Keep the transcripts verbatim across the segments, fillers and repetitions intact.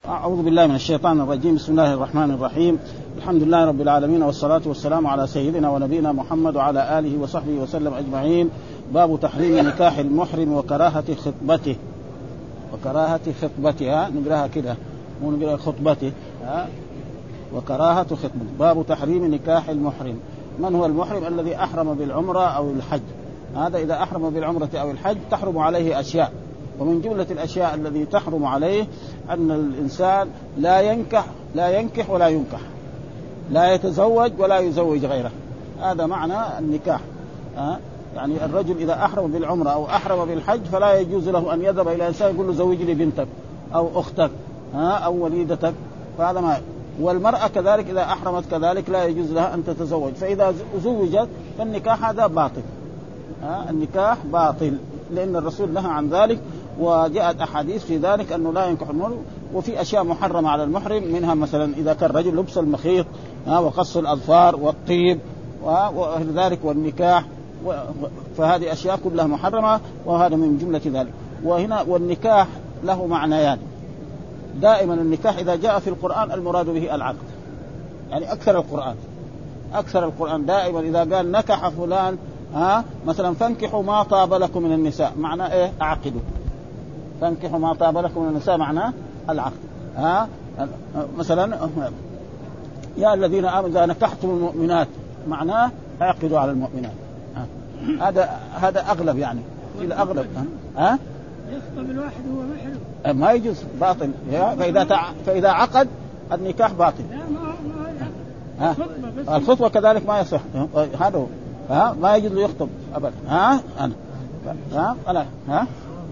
أعوذ بالله من الشيطان الرجيم. بسم الله الرحمن الرحيم. الحمد لله رب العالمين، والصلاة والسلام على سيدنا ونبينا محمد وعلى آله وصحبه وسلم أجمعين. باب تحريم نكاح المحرم وكراهة خطبته. وكراهة خطبتها نقراها كده ونقرأ خطبته ها وكراهة خطبته. باب تحريم نكاح المحرم. من هو المحرم؟ الذي أحرم بالعمرة أو الحج. هذا إذا أحرم بالعمرة أو الحج تحرم عليه أشياء، ومن جملة الأشياء الذي تحرم عليه أن الإنسان لا ينكح لا ينكح ولا ينكح، لا يتزوج ولا يزوج غيره. هذا معنى النكاح. أه؟ يعني الرجل إذا أحرم بالعمرة أو أحرم بالحج فلا يجوز له أن يذهب إلى إنسان يقول له زوج لي بنتك أو أختك أه؟ أو وليدتك، فهذا ما. والمرأة كذلك إذا أحرمت كذلك لا يجوز لها أن تتزوج، فإذا زوجت فالنكاح هذا باطل. أه؟ النكاح باطل لأن الرسول نهى عن ذلك، وجاءت أحاديث في ذلك أنه لا ينكح المحرم. وفي أشياء محرمة على المحرم، منها مثلا إذا كان رجل لبس المخيط وقص الأظفار والطيب وذلك والنكاح، فهذه أشياء كلها محرمة، وهذا من جملة ذلك. وهنا والنكاح له معنيان. دائما النكاح إذا جاء في القرآن المراد به العقد، يعني أكثر القرآن أكثر القرآن دائما إذا قال نكح فلان ها مثلا فانكحوا ما طاب لكم من النساء، معناه إيه؟ أعقدوا. فانكحوا ما طاب لكم من النساء معناه العقد. ها مثلا يا الذين آمنوا إذا نكحتم المؤمنات معناه اعقدوا على المؤمنات. هذا هذا أغلب، يعني في الأغلب. ها يخطب الواحد هو محرم ما يجوز، باطل. فإذا تع... فإذا عقد النكاح باطل. لا ما ما ها الخطبة كذلك ما يصح. هذا ها ما يجوز له يخطب أبدا. ها أنا ها أنا ها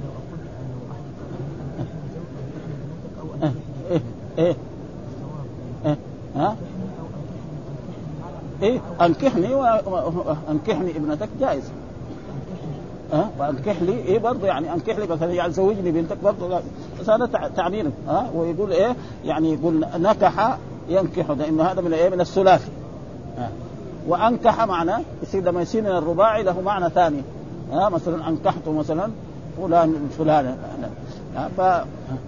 إيه إيه إيه ها إيه أنكحني وأنكحني ابنتك جائز. ها وأنكح لي إيه برضه، يعني أنكح لي مثلا يعني زوجني بنتك برضه، بس هذا تعبير. ها ويقول إيه يعني يقول نكح ينكح، لأنه هذا من إيه من الثلاثي. وأنكح معنى يصير لما يصير من الرباعي له معنى ثاني. ها مثلا أنكحت مثلا فلان فلانة. ف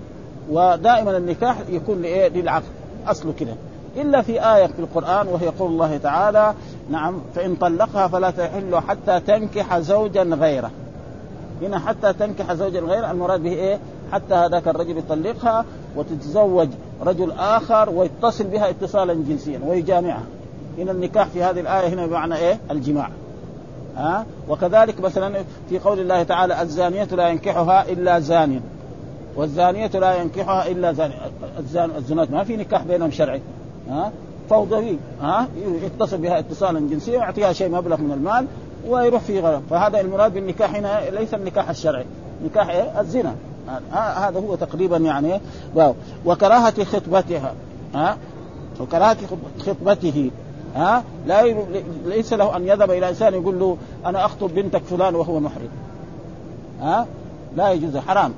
ودائما النكاح يكون لإيه للعقد أصله كده، إلا في آية في القرآن وهي قول الله تعالى نعم فإن طلقها فلا تحل حتى تنكح زوجا غيره. هنا حتى تنكح زوجا غيره المراد به إيه؟ حتى هذاك الرجل يطلقها وتتزوج رجل آخر ويتصل بها اتصالا جنسيا ويجامعها. هنا النكاح في هذه الآية هنا بمعنى إيه؟ الجماع. ها وكذلك مثلا في قول الله تعالى الزانية لا ينكحها إلا زان والزانية لا ينكحها إلا زان. الزان الزنات ما في نكاح بينهم شرعي. ها فوضوي ها يتصل بها اتصالا جنسيا ويعطيها شيء مبلغ من المال ويروح في غرام. فهذا المراد بالنكاح هنا ليس النكاح الشرعي، نكاح إيه؟ الزنا. هذا هو تقريبا يعني. وكراهة خطبتها ها وكراهة خطبته ها لا ي... ليس له أن يذهب إلى إنسان يقول له أنا أخطب بنتك فلان وهو محرم. ها لا يجوز، حرام.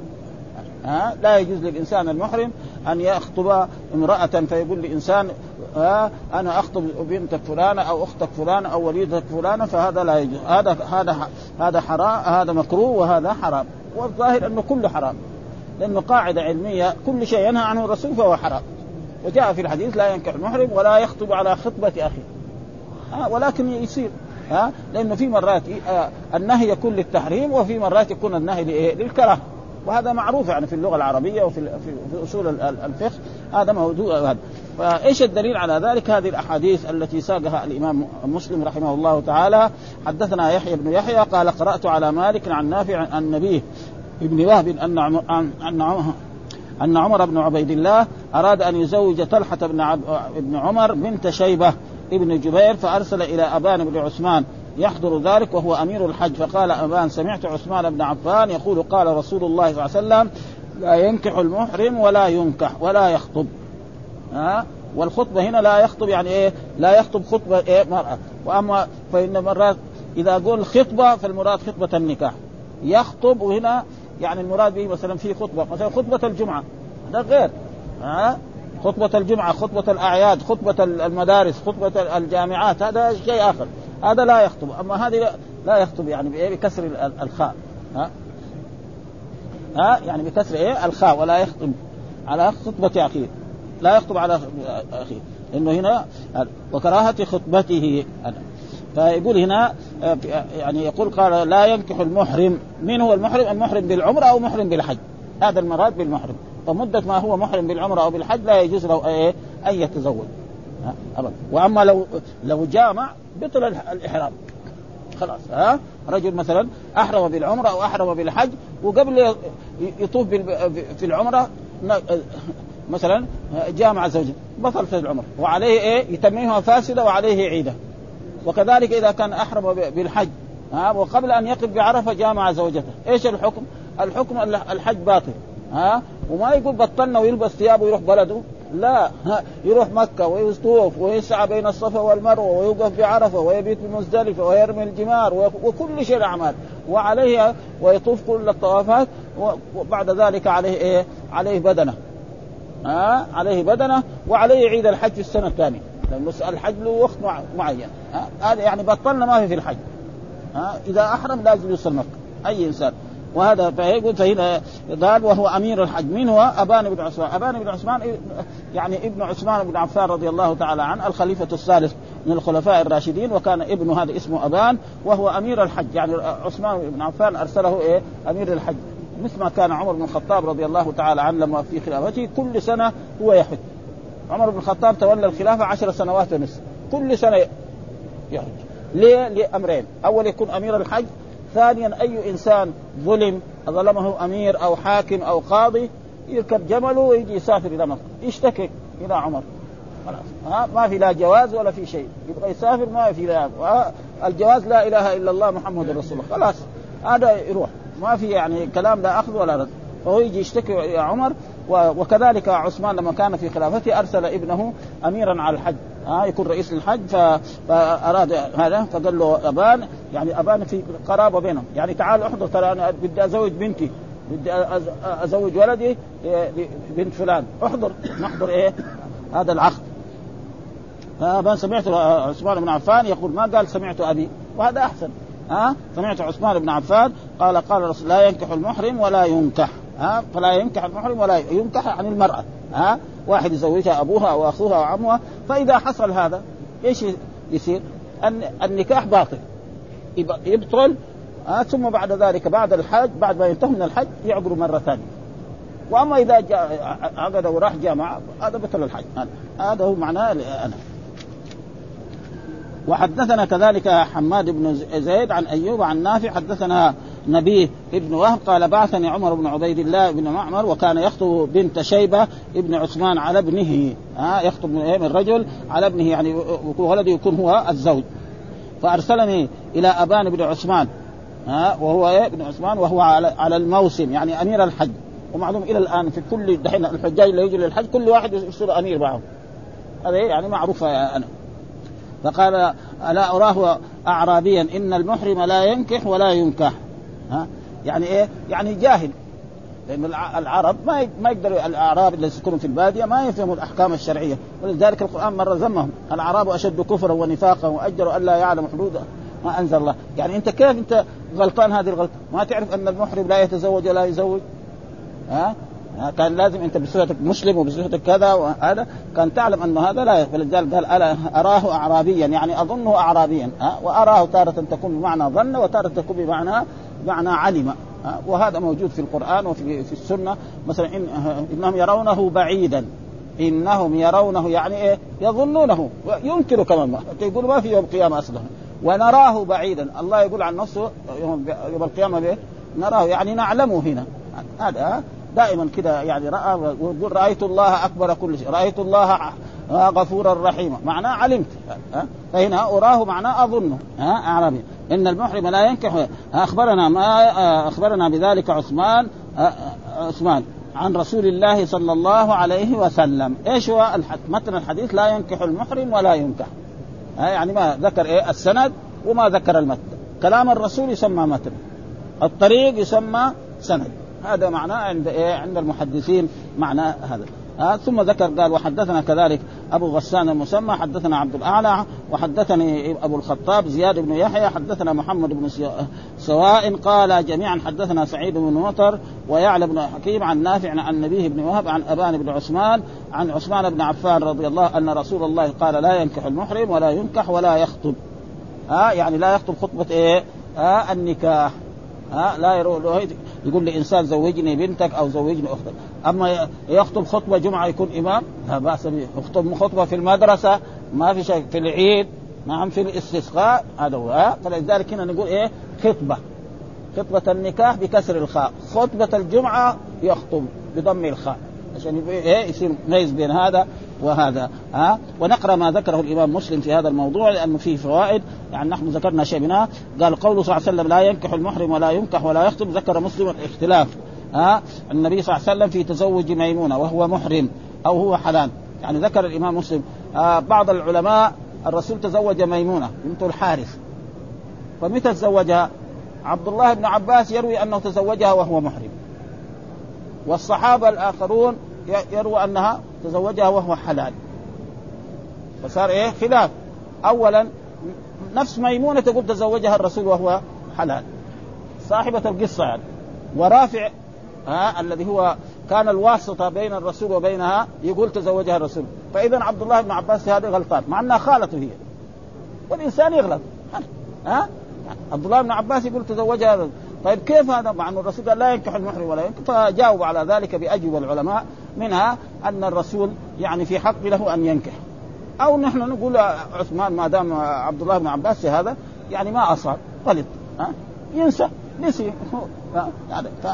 ها لا يجوز للإنسان المحرم أن يخطب امرأة فيقول لإنسان ها أنا أخطب بنتك فلانة أو أختك فلانة أو وليدتك فلانة، فهذا لا يجوز. هذا هذا هذا حرام، هذا مكروه وهذا حرام. والظاهر أنه كله حرام، لأنه قاعدة علمية كل شيء ينهى عنه الرسول فهو حرام. وجاء في الحديث لا ينكح المحرم ولا يخطب على خطبة أخيه. ها ولكن يصير ها لأنه في مرات آه النهي يكون للتحريم وفي مرات يكون النهي للكراهة، وهذا معروف يعني في اللغة العربية وفي في أصول الفقه. هذا موضوع هذا. فإيش الدليل على ذلك؟ هذه الأحاديث التي ساقها الإمام مسلم رحمه الله تعالى. حدثنا يحيى بن يحيى قال قرأت على مالك عن نافع عن النبي ابن وهب أن أن أن عمر بن عبيد الله أراد أن يزوج طلحة بن ابن عمر بنت شيبة ابن جبير، فأرسل إلى أبان بن عثمان يحضر ذلك وهو أمير الحج. فقال أبان سمعت عثمان بن عفان يقول قال رسول الله صلى الله عليه وسلم لا ينكح المحرم ولا ينكح ولا يخطب. ها والخطبة هنا لا يخطب يعني إيه؟ لا يخطب خطبة إيه مرأة. وأما فإن مرات إذا قول خطبة فالمراد خطبة النكاح. يخطب وهنا يعني المراد به مثلا في خطبة مثلا خطبة الجمعة ده غير. ها خطبة الجمعة، خطبة الأعياد، خطبة المدارس، خطبة الجامعات، هذا شيء آخر. هذا لا يخطب. أما هذه لا يخطب يعني بكسر الخاء. ها ها يعني بكسر إيه الخاء ولا يخطب. على خطبة أخيه، لا يخطب على أخيه، إنه هنا وكراهة خطبته. فيقول هنا يعني يقول قال لا ينكح المحرم. من هو المحرم؟ المحرم بالعمرة أو محرم بالحج، هذا المراد بالمحرم. فمدة ما هو محرم بالعمرة أو بالحج لا يجوز له أيه أن يتزوج أبدا. وأما لو لو جامع بطل الإحرام خلاص. ها رجل مثلا أحرم بالعمرة أو أحرم بالحج وقبل يطوف في العمرة مثلا جامع زوجه بطلت العمرة وعليه إيه يتممها فاسدة وعليه عيدة. وكذلك إذا كان أحرم بالحج ها وقبل أن يقف بعرفة جامع زوجته، إيش الحكم؟ الحكم الحج باطل. ها وما يقول بطلنا ويلبس ثيابه ويروح بلده، لا، ها يروح مكة ويطوف ويسعى بين الصفا والمروة ويوقف بعرفة ويبيت بمزدلفة ويرمي الجمار وكل شيء أعمال وعليه ويطوف كل الطوافات. وبعد ذلك عليه إيه؟ عليه بدنة، ها عليه بدنة وعليه عيد الحج في السنة الثانية، لأن الحج له وقت معين. هذا يعني بطلنا ما في في الحج. ها إذا أحرم لازم يوصل مكة أي إنسان. وهذا فيقول فهنا قال وهو أمير الحج. من هو؟ أبان بن عثمان. أبان بن عثمان يعني ابن عثمان بن عفان رضي الله تعالى عنه، الخليفة الثالث من الخلفاء الراشدين، وكان ابن هذا اسمه أبان وهو أمير الحج. يعني عثمان بن عفان أرسله إيه أمير الحج، مثل ما كان عمر بن الخطاب رضي الله تعالى عنه لما في خلافته كل سنة هو يحج. عمر بن الخطاب تولى الخلافة عشر سنوات ونصف، كل سنة يحج. ليه؟ لأمرين: أول يكون أمير الحج، ثانيا أي إنسان ظلم ظلمه أمير أو حاكم أو قاضي يركب جمله ويجي يسافر إلى مكة يشتكي إلى عمر، خلاص ها ما في لا جواز ولا في شيء، يبغى يسافر ما في لا الجواز لا إله إلا الله محمد رسول الله، خلاص هذا يروح ما في يعني كلام لا أخذ ولا رد، فهو يجي يشتكي يا عمر. وكذلك عثمان لما كان في خلافته أرسل ابنه أميرا على الحج، ها يكون رئيس للحج، فأراد هذا فقال له أبان، يعني أبان في قرابة بينهم، يعني تعال احضر ترى أنا بدي أزوج بنتي، بدي أزوج ولدي بنت فلان، احضر نحضر إيه هذا العقد. فأبان سمعت عثمان بن عفان يقول ما قال سمعت أبي، وهذا أحسن. ها سمعت عثمان بن عفان قال قال الرسول لا ينكح المحرم ولا ينكح، ها فلا ينكح المحرم ولا ينكح عن المرأة، ها واحد يزوجها أبوها أو أخوها أو عمها. فإذا حصل هذا إيش يصير؟ أن النكاح باطل يبطل، ها ثم بعد ذلك بعد الحج بعد ما ينتهي من الحج يعقروا مرة ثانية. وأما إذا جاء عقد وراح جامع هذا بطل الحج، هذا هو معناه أنا. وحدثنا كذلك حماد بن زيد عن أيوب عن نافع حدثنا نبيه ابن وهب قال بعثني عمر بن عبيد الله بن معمر وكان يخطب بنت شيبة ابن عثمان على ابنه، ها يخطب من رجل على ابنه يعني ولده يكون هو الزوج، فأرسلني إلى أبان بن عثمان، ها وهو ابن عثمان وهو على الموسم يعني أمير الحج. ومعلوم إلى الآن في كل دحين الحجاج اللي يجوا للحج كل واحد يصير أمير معهم، هذا يعني معروفة أنا. فقال ألا أراه أعرابيا إن المحرم لا ينكح ولا ينكح، ها يعني إيه؟ يعني جاهل، لأن العرب ما ما يقدروا، الأعراب اللي يسكنون في البادية ما يفهموا الأحكام الشرعية، ولذلك القرآن مرة ذمهم الأعراب أشد كفرا ونفاقا وأجروا ألا يعلم حدود ما أنزل الله. يعني أنت كيف أنت غلطان هذه الغلطة؟ ما تعرف أن المحرم لا يتزوج ولا يزوج؟ ها كان لازم أنت بصفتك مسلم وبصفتك كذا وهذا كان تعلم أن هذا لا يقبل. الرجال قال ألا أراه أعرابيا يعني أظنه أعرابيا، ها وأراه تارة تكون بمعنى ظن وتارة تكون بمعنى معنى علم، وهذا موجود في القرآن وفي في السنة. مثلا إن إنهم يرونه بعيدا، إنهم يرونه يعني إيه يظنونه، ينكروا كمان يقولوا ما في يوم القيامة أصلا. ونراه بعيدا، الله يقول عن نفسه يوم القيامة به نراه يعني نعلمه هنا، هذا دائما كده يعني رأى ويقول رأيت الله أكبر كل شيء، رأيت الله غفورا رحيما، معناه علمت. فهنا أراه معناه أظنه، ها أعرابي. إن المحرم لا ينكح. أخبرنا ما أخبرنا بذلك عثمان عثمان عن رسول الله صلى الله عليه وسلم. إيش هو متن الحديث؟ لا ينكح المحرم ولا ينكح، يعني ما ذكر إيه السند وما ذكر المتن. كلام الرسول يسمى متن، الطريق يسمى سند، هذا معناه عند إيه عند المحدثين معنى هذا. ها ثم ذكر قال وحدثنا كذلك أبو غسان المسمى حدثنا عبد الأعلى وحدثني أبو الخطاب زياد بن يحيى حدثنا محمد بن سواء قال جميعا حدثنا سعيد بن مطر ويعلى بن حكيم عن نافع عن نبيه بن وهب عن أبان بن عثمان عن عثمان بن عفان رضي الله أن رسول الله قال لا ينكح المحرم ولا ينكح ولا يخطب. ها يعني لا يخطب خطبة إيه ها النكاح. ها لا يروح يقول لإنسان زوجني بنتك أو زوجني أختك. أما يخطب خطبة جمعة يكون إمام لا بأس به. يخطب خطبة في المدرسة ما في شيء، في العيد نعم، في الاستسقاء هذا هو. فلذلك هنا نقول إيه خطبة، خطبة النكاح بكسر الخاء، خطبة الجمعة يخطب بضم الخاء عشان إيه يصير ميز بين هذا وهذا. ها ونقرأ ما ذكره الإمام مسلم في هذا الموضوع لأنه فيه فوائد. يعني نحن ذكرنا شيء منها. قال قوله صلى الله عليه وسلم لا ينكح المحرم ولا ينكح ولا يخطب. ذكر مسلم الاختلاف ها النبي صلى الله عليه وسلم في تزوج ميمونة وهو محرم أو هو حلال. يعني ذكر الإمام مسلم آه بعض العلماء الرسول تزوج ميمونة بنت الحارث، فمتى تزوجها؟ عبد الله بن عباس يروي أنه تزوجها وهو محرم، والصحابة الآخرون يروى أنها تزوجها وهو حلال. فصار إيه خلاف. أولا نفس ميمونة تقول تزوجها الرسول وهو حلال صاحبة القصة يعني، ورافع ها الذي هو كان الواسطة بين الرسول وبينها يقول تزوجها الرسول. فإذا عبد الله بن عباس هذا غلطان مع أنها خالته هي، والإنسان يغلط. ها عبد الله بن عباس يقول تزوجها الرسول. طيب كيف هذا مع أن الرسول قال لا ينكح المحرم ولا ينكح؟ فجاوب على ذلك بأجوبة العلماء، منها أن الرسول يعني في حق له أن ينكح، أو نحن نقول عثمان ما دام عبد الله بن عباس هذا يعني ما أصاب غلط ها ينسى نسي يعني ف...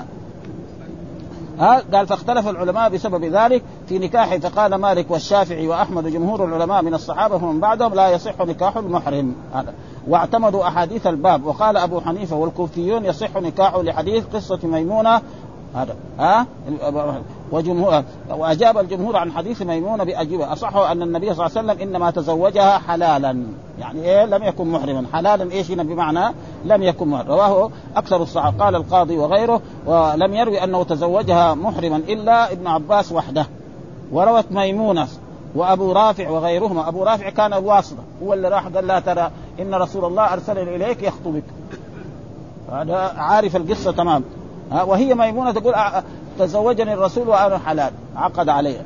ها قال فاختلف العلماء بسبب ذلك في نكاحه، فقال مالك والشافعي وأحمد وجمهور العلماء من الصحابة ومن بعدهم لا يصح نكاح المحرم هذا، واعتمدوا أحاديث الباب. وقال أبو حنيفة والكوفيون يصح نكاحه لحديث قصة ميمونة هذا ها وجمهور. وأجاب الجمهور عن حديث ميمونة بأجوبة أصحه أن النبي صلى الله عليه وسلم إنما تزوجها حلالا، يعني إيه لم يكن محرما. حلالا إيش هنا بمعنى لم يكن محرما. رواه أكثر الصحابة قال القاضي وغيره، ولم يروي أنه تزوجها محرما إلا ابن عباس وحده. وروت ميمونة وأبو رافع وغيرهما. أبو رافع كان الواسطة، هو اللي راح قال لا ترى إن رسول الله أرسل إليك يخطبك، هذا عارف القصة تمام. ها وهي ميمونة تقول تزوجني الرسول وأنا حلال عقد عليه.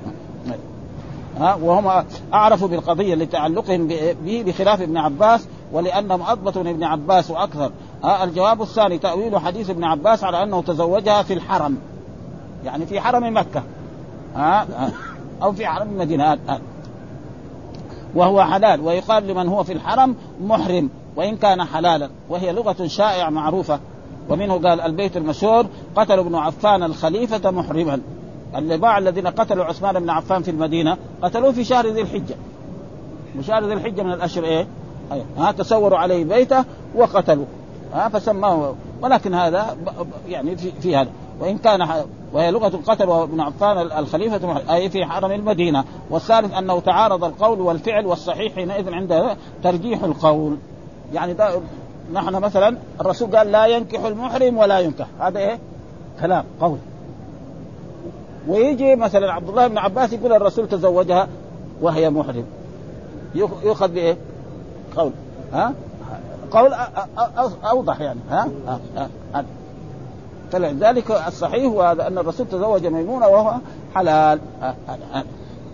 ها وهم أعرفوا بالقضية لتعلقهم به بخلاف ابن عباس ولأنهم أضبطوا من ابن عباس وأكثر. ها الجواب الثاني تأويل حديث ابن عباس على أنه تزوجها في الحرم، يعني في حرم مكة ها أو في حرم المدينة وهو حلال، ويقال لمن هو في الحرم محرم وإن كان حلالا، وهي لغة شائعة معروفة. ومنه قال البيت المشهور قتلوا ابن عفان الخليفة محرما. الباع الذين قتلوا عثمان بن عفان في المدينة قتلوه في شهر ذي الحجة، وشهر ذي الحجة من الأشهر إيه أيه. ها تسوروا عليه بيته وقتلوا ها فسماه، ولكن هذا يعني في, في هذا وإن كان وهي لغة القتل وابن عفان الخليفة أي في حرم المدينة. والثالث أنه تعارض القول والفعل، والصحيح حينئذ عنده ترجيح القول. يعني ده نحن مثلا الرسول قال لا ينكح المحرم ولا ينكح، هذا إيه كلام قول. ويجي مثلا عبد الله بن عباس يقول الرسول تزوجها وهي محرم، يؤخذ بإيه قول ها قول أوضح يعني ها, ها, ها, ها. فلذلك الصحيح هو أن الرسول تزوج ميمونة وهو حلال ها ها ها.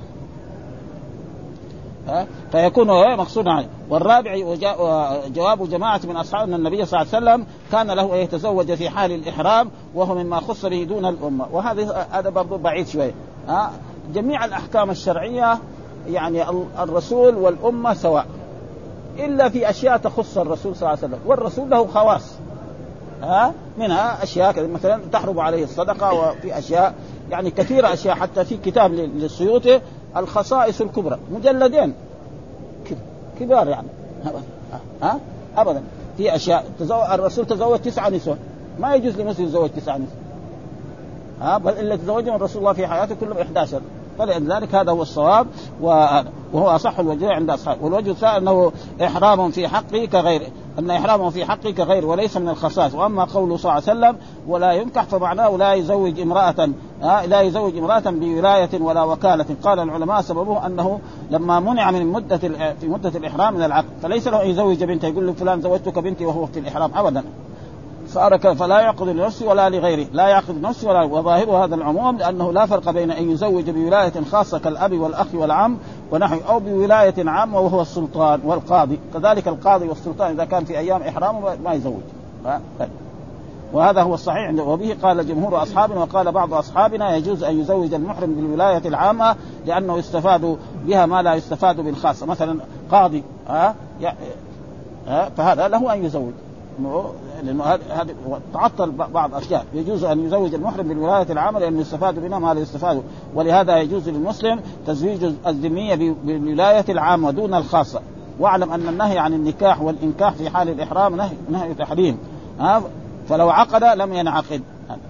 ها فيكون مقصود عليه. والرابع جواب جماعة من أصحاب النبي صلى الله عليه وسلم كان له يتزوج في حال الإحرام وهو مما خص به دون الأمة، وهذا هذا برضو بعيد شوية. ها جميع الأحكام الشرعية يعني الرسول والأمة سواء، إلا في أشياء تخص الرسول صلى الله عليه وسلم، والرسول له خواص ها منها أشياء مثلا تحرم عليه الصدقة، وفي أشياء يعني كثيرة أشياء، حتى في كتاب للسيوطي الخصائص الكبرى مجلدين كبار يعني ها أبدا في أشياء تزوج الرسول تزوج تسعة نسوة، ما يجوز لمسلم يتزوج تسعة نسوة ها بل إلا تزوجهم الرسول الله في حياته كلهم إحدى عشر. فلذلك هذا هو الصواب وهو أصح الوجه عند أصحاب. والوجه الثاني أنه إحرام في حقه كغيره، أن إحرامه في حقه كغيره وليس من الخصائص. وأما قوله صلى الله عليه وسلم ولا ينكح فمعناه لا يزوج امرأة ها لا يزوج امرأة بولاية ولا وكالة. قال العلماء سببه أنه لما منع من مدة في مدة الإحرام من العقد فليس له أن يزوج بنته، يقول له فلان زوجتك بنتي وهو في الإحرام أبدا، فلا يعقد لنفسه ولا لغيره، لا يعقد لنفسه ولا. وظاهر هذا العموم لأنه لا فرق بين أن يزوج بولاية خاصة كالأب والأخ والعم ونحو، أو بولاية عامة وهو السلطان والقاضي. كذلك القاضي والسلطان إذا كان في أيام إحرامه ما يزوج. وهذا هو الصحيح، وبه قال جمهور أصحابنا. وقال بعض أصحابنا يجوز أن يزوج المحرم بالولاية العامة لأنه يستفاد بها ما لا يستفاد بالخاصة، مثلا قاضي ها ها فهذا له أن يزوج، لأنه هذا تعطل بعض أشياء. يجوز أن يزوج المحرم بالولاية العامة لأنه يستفاد منها ما لا يستفاد، ولهذا يجوز للمسلم تزويج الذمية بالولاية العامة دون الخاصة. واعلم أن النهي عن النكاح والإنكاح في حال الإحرام نهي, نهي تحريم، ها فلو عقد لم ينعقد،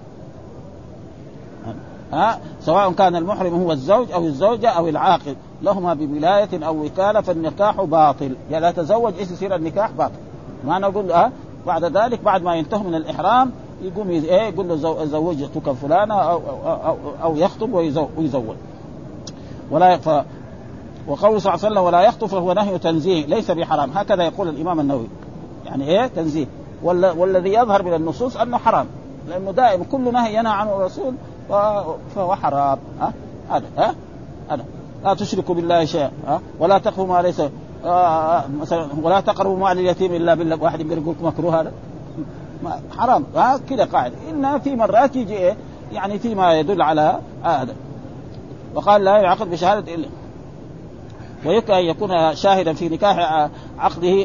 ها سواء كان المحرم هو الزوج أو الزوجة أو العاقد لهما بولاية أو وكالة فالنكاح باطل. يعني لا تزوج إيش يصير النكاح باطل. ما نقول ها بعد ذلك بعد ما ينتهي من الإحرام يقوم إيه يقول له زوجتك فلانة أو, أو, أو, أو يخطب ويزوج ولا ف... وقول صلى الله عليه وسلم ولا يخطب فهو نهي تنزيه ليس بحرام، هكذا يقول الإمام النووي، يعني إيه تنزيه. وال... والذي يظهر من النصوص أنه حرام، لأنه دائما كل نهي ينهى عنه الرسول فهو حرام. ها هذا ها هذا لا تشركوا بالله شيئا، ها ولا تقربوا ما ليس آه مثلا ولا تقربوا مال اليتيم الا بالله، واحد بيقول مكروه هذا حرام، ها كذا قاعد. ان في مرات يجي إيه؟ يعني فيما يدل على هذا. وقال لا يعقد بشهاده الا ويكره ان يكون شاهدا في نكاح عقده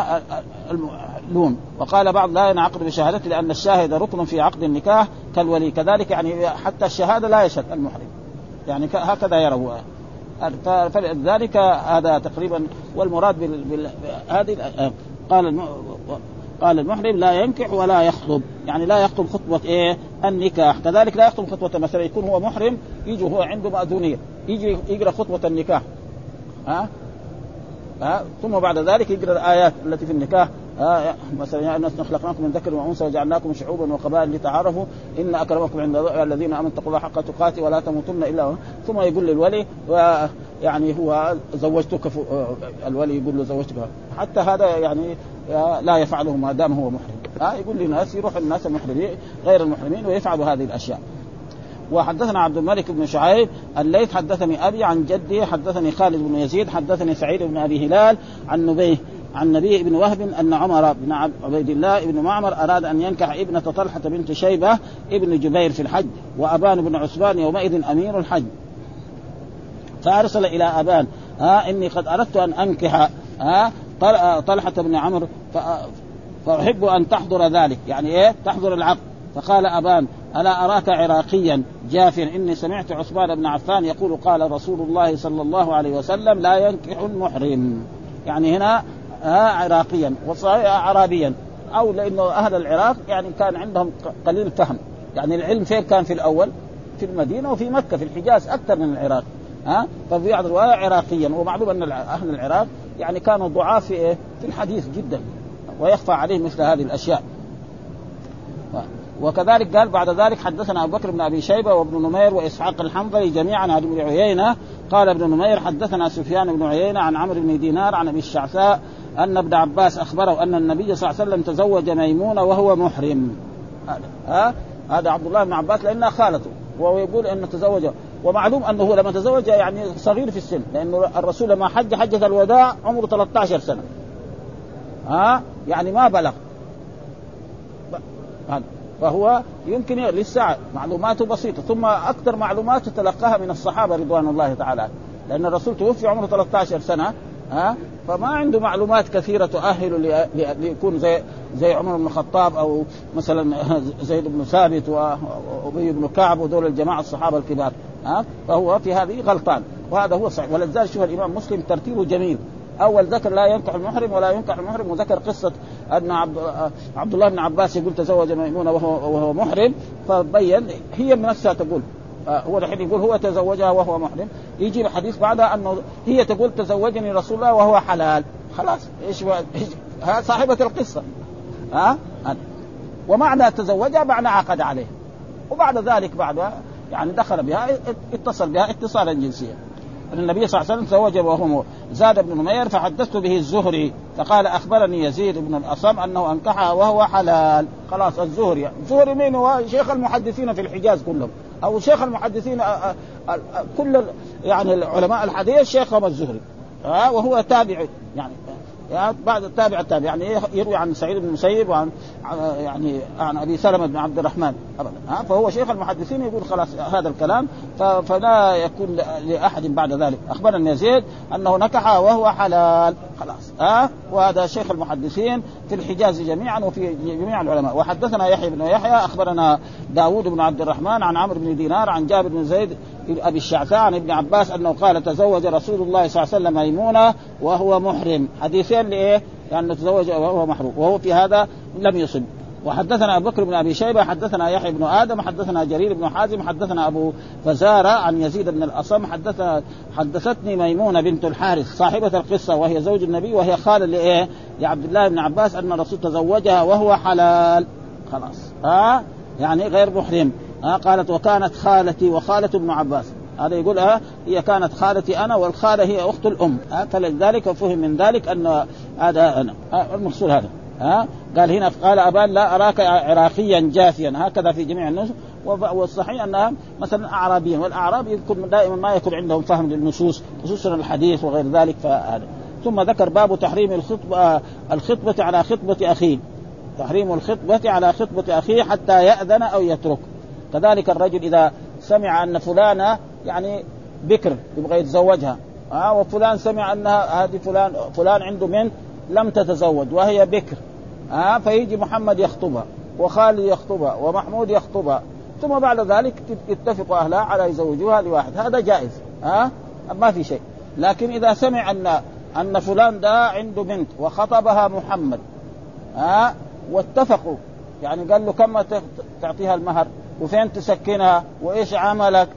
اللون. وقال بعض لا ينعقد بشهادته لان الشاهد ركن في عقد النكاح كالولي، كذلك يعني حتى الشهاده لا يشهد المحرم، يعني هكذا يرى. فلذلك هذا تقريبا والمراد بال... بال... هذه قال الم... قال المحرم لا ينكح ولا يخطب، يعني لا يخطب خطبة إيه النكاح. كذلك لا يخطب خطبة مثلا يكون هو محرم يجي هو عنده مأذونية يجي يقرأ خطبة النكاح، ها ها ثم بعد ذلك يقرأ الآيات التي في النكاح، ها مثلا يا الناس خلقناكم من ذكر وأنثى وجعلناكم شعوبا وقبائل لتعارفوا إن أكرمكم عند الذين آمنوا اتقوا الله حق تقاته ولا تموتن إلا. ثم يقول للولي ويعني هو زوجتك ف... الولي يقول له زوجتك، حتى هذا يعني لا يفعله ما دام هو محرم، ها يقول للناس يروح الناس المحرمين غير المحرمين ويفعلوا هذه الأشياء. وحدثنا عبد الملك بن شعيب الليث حدثني أبي عن جدي حدثني خالد بن يزيد حدثني سعيد بن أبي هلال عن نبيه عن نبي بن وهب أن عمر بن عبيد الله بن معمر أراد أن ينكح ابنة طلحة بنت شيبة ابن جبير في الحج، وأبان بن عثمان يومئذ أمير الحج، فأرسل إلى أبان ها إني قد أردت أن أنكح ها طلحة بن عمرو فأحب أن تحضر ذلك، يعني إيه تحضر العقد. فقال أبان ألا أراك عراقيا جافر إني سمعت عثمان بن عفان يقول قال رسول الله صلى الله عليه وسلم لا ينكح المحرم، يعني هنا عراقيا وصحيح عربيا، أو لأنه أهل العراق يعني كان عندهم قليل فهم، يعني العلم فين كان في الأول في المدينة وفي مكة في الحجاز أكثر من العراق، ها ففي بعض الرواية عراقيا. ومعلوم أن أهل العراق يعني كانوا ضعاف في في الحديث جدا ويخفى عليهم مثل هذه الأشياء. وكذلك قال بعد ذلك حدثنا أبو بكر بن أبي شيبة وابن نمير وإسحاق الحنظلي جميعا عن ابن عيينة قال ابن نمير حدثنا سفيان بن عيينة عن عمرو بن دينار عن أبي الشعثاء أن ابن عباس أخبره أن النبي صلى الله عليه وسلم تزوج ميمونة وهو محرم. هذا ها هذا عبد الله بن عباس لأنها خالته، وهو يقول أنه تزوج، ومعلوم أنه لما تزوج يعني صغير في السن، لأنه الرسول لما حج حجة الوداع عمره ثلاثة عشر سنة، ها يعني ما بلغ، فهو يمكن للساعة معلوماته بسيطة، ثم أكثر معلومات تلقاها من الصحابة رضوان الله تعالى، لأن الرسول توفي عمره ثلاثة عشر سنة، ها فما عنده معلومات كثيرة تؤهل ليكون زي زي عمر بن الخطاب أو مثلا زيد بن ثابت وأبي بن كعب ودول الجماعة الصحابة الكبار، ها فهو في هذه غلطان، وهذا هو صحيح. ولذلك شوف الإمام مسلم ترتيبه جميل، أول ذكر لا ينكح المحرم ولا ينكح المحرم، وذكر قصة أن عبد الله بن عباس يقول تزوج ميمونة وهو, وهو محرم، فبين هي من نفسها تقول هو الحين يقول هو تزوجها وهو محرم، يجي الحديث بعدها أنه هي تقول تزوجني رسول الله وهو حلال، خلاص إيش ها صاحبة القصة، ها ومعنى تزوجها معنى عقد عليه. وبعد ذلك بعدها يعني دخل بها اتصل بها اتصالا جنسيا. النبي صلى الله عليه وسلم تزوج وهو زاد بن نمير فحدثت به الزهري فقال أخبرني يزيد بن الأصم أنه أنكحها وهو حلال. خلاص الزهري الزهري مين هو؟ شيخ المحدثين في الحجاز كلهم أو شيخ المحدثين كل يعني العلماء الحديث شيخهم الزهري ها وهو تابع يعني بعد التابع التابع يعني يروي عن سعيد بن المسيب وعن يعني عن ابي سلمة بن عبد الرحمن ابدا ها فهو شيخ المحدثين يقول خلاص هذا الكلام فلا يكون لاحد بعد ذلك. اخبرنا يزيد انه نكح وهو حلال خلاص ها وهذا شيخ المحدثين في الحجاز جميعا وفي جميع العلماء. وحدثنا يحيى بن يحيى اخبرنا داود بن عبد الرحمن عن عمرو بن دينار عن جابر بن زيد ابي الشعثاء عن ابن عباس انه قال تزوج رسول الله صلى الله عليه وسلم ميمونة وهو محرم. حديثين لإيه؟ لأنه تزوج وهو محروم وهو في هذا لم يصب. وحدثنا أبو بكر بن أبي شيبة حدثنا يحيى بن آدم حدثنا جرير بن حازم حدثنا أبو فزارة عن يزيد بن الأصم حدث حدثتني ميمونة بنت الحارث صاحبة القصة وهي زوج النبي وهي خالة لإيه؟ لعبد الله بن عباس أن الرسول تزوجها وهو حلال خلاص ها آه؟ يعني غير محرم ها آه؟ قالت وكانت خالتي وخالة ابن عباس. هذا يقول ها هي كانت خالتي أنا والخالة هي أخت الأم ها فلذلك فهم من ذلك أن هذا أنا المقصود هذا ها. قال هنا قال أبان لا أراك عراقيا جاثيا هكذا في جميع النصوص. والصحيح أنها مثلا أعرابيا والأعراب يكون دائما ما يكون عندهم فهم للنصوص خصوصا الحديث وغير ذلك فهذا. ثم ذكر باب تحريم الخطبة الخطبة على خطبة أخيه تحريم الخطبة على خطبة أخيه حتى يأذن أو يترك. كذلك الرجل إذا سمع أن فلانة يعني بكر يبغى يتزوجها آه وفلان سمع أنها هذه فلان فلان عنده بنت لم تتزوج وهي بكر آه فيجي محمد يخطبها وخالد يخطبها ومحمود يخطبها ثم بعد ذلك يتفق أهلها على يزوجوها لواحد هذا جائز آه ما في شيء. لكن إذا سمع أن أن فلان ده عنده بنت وخطبها محمد آه واتفقوا يعني قال له كم تعطيها المهر وفين تسكنها وإيش عملك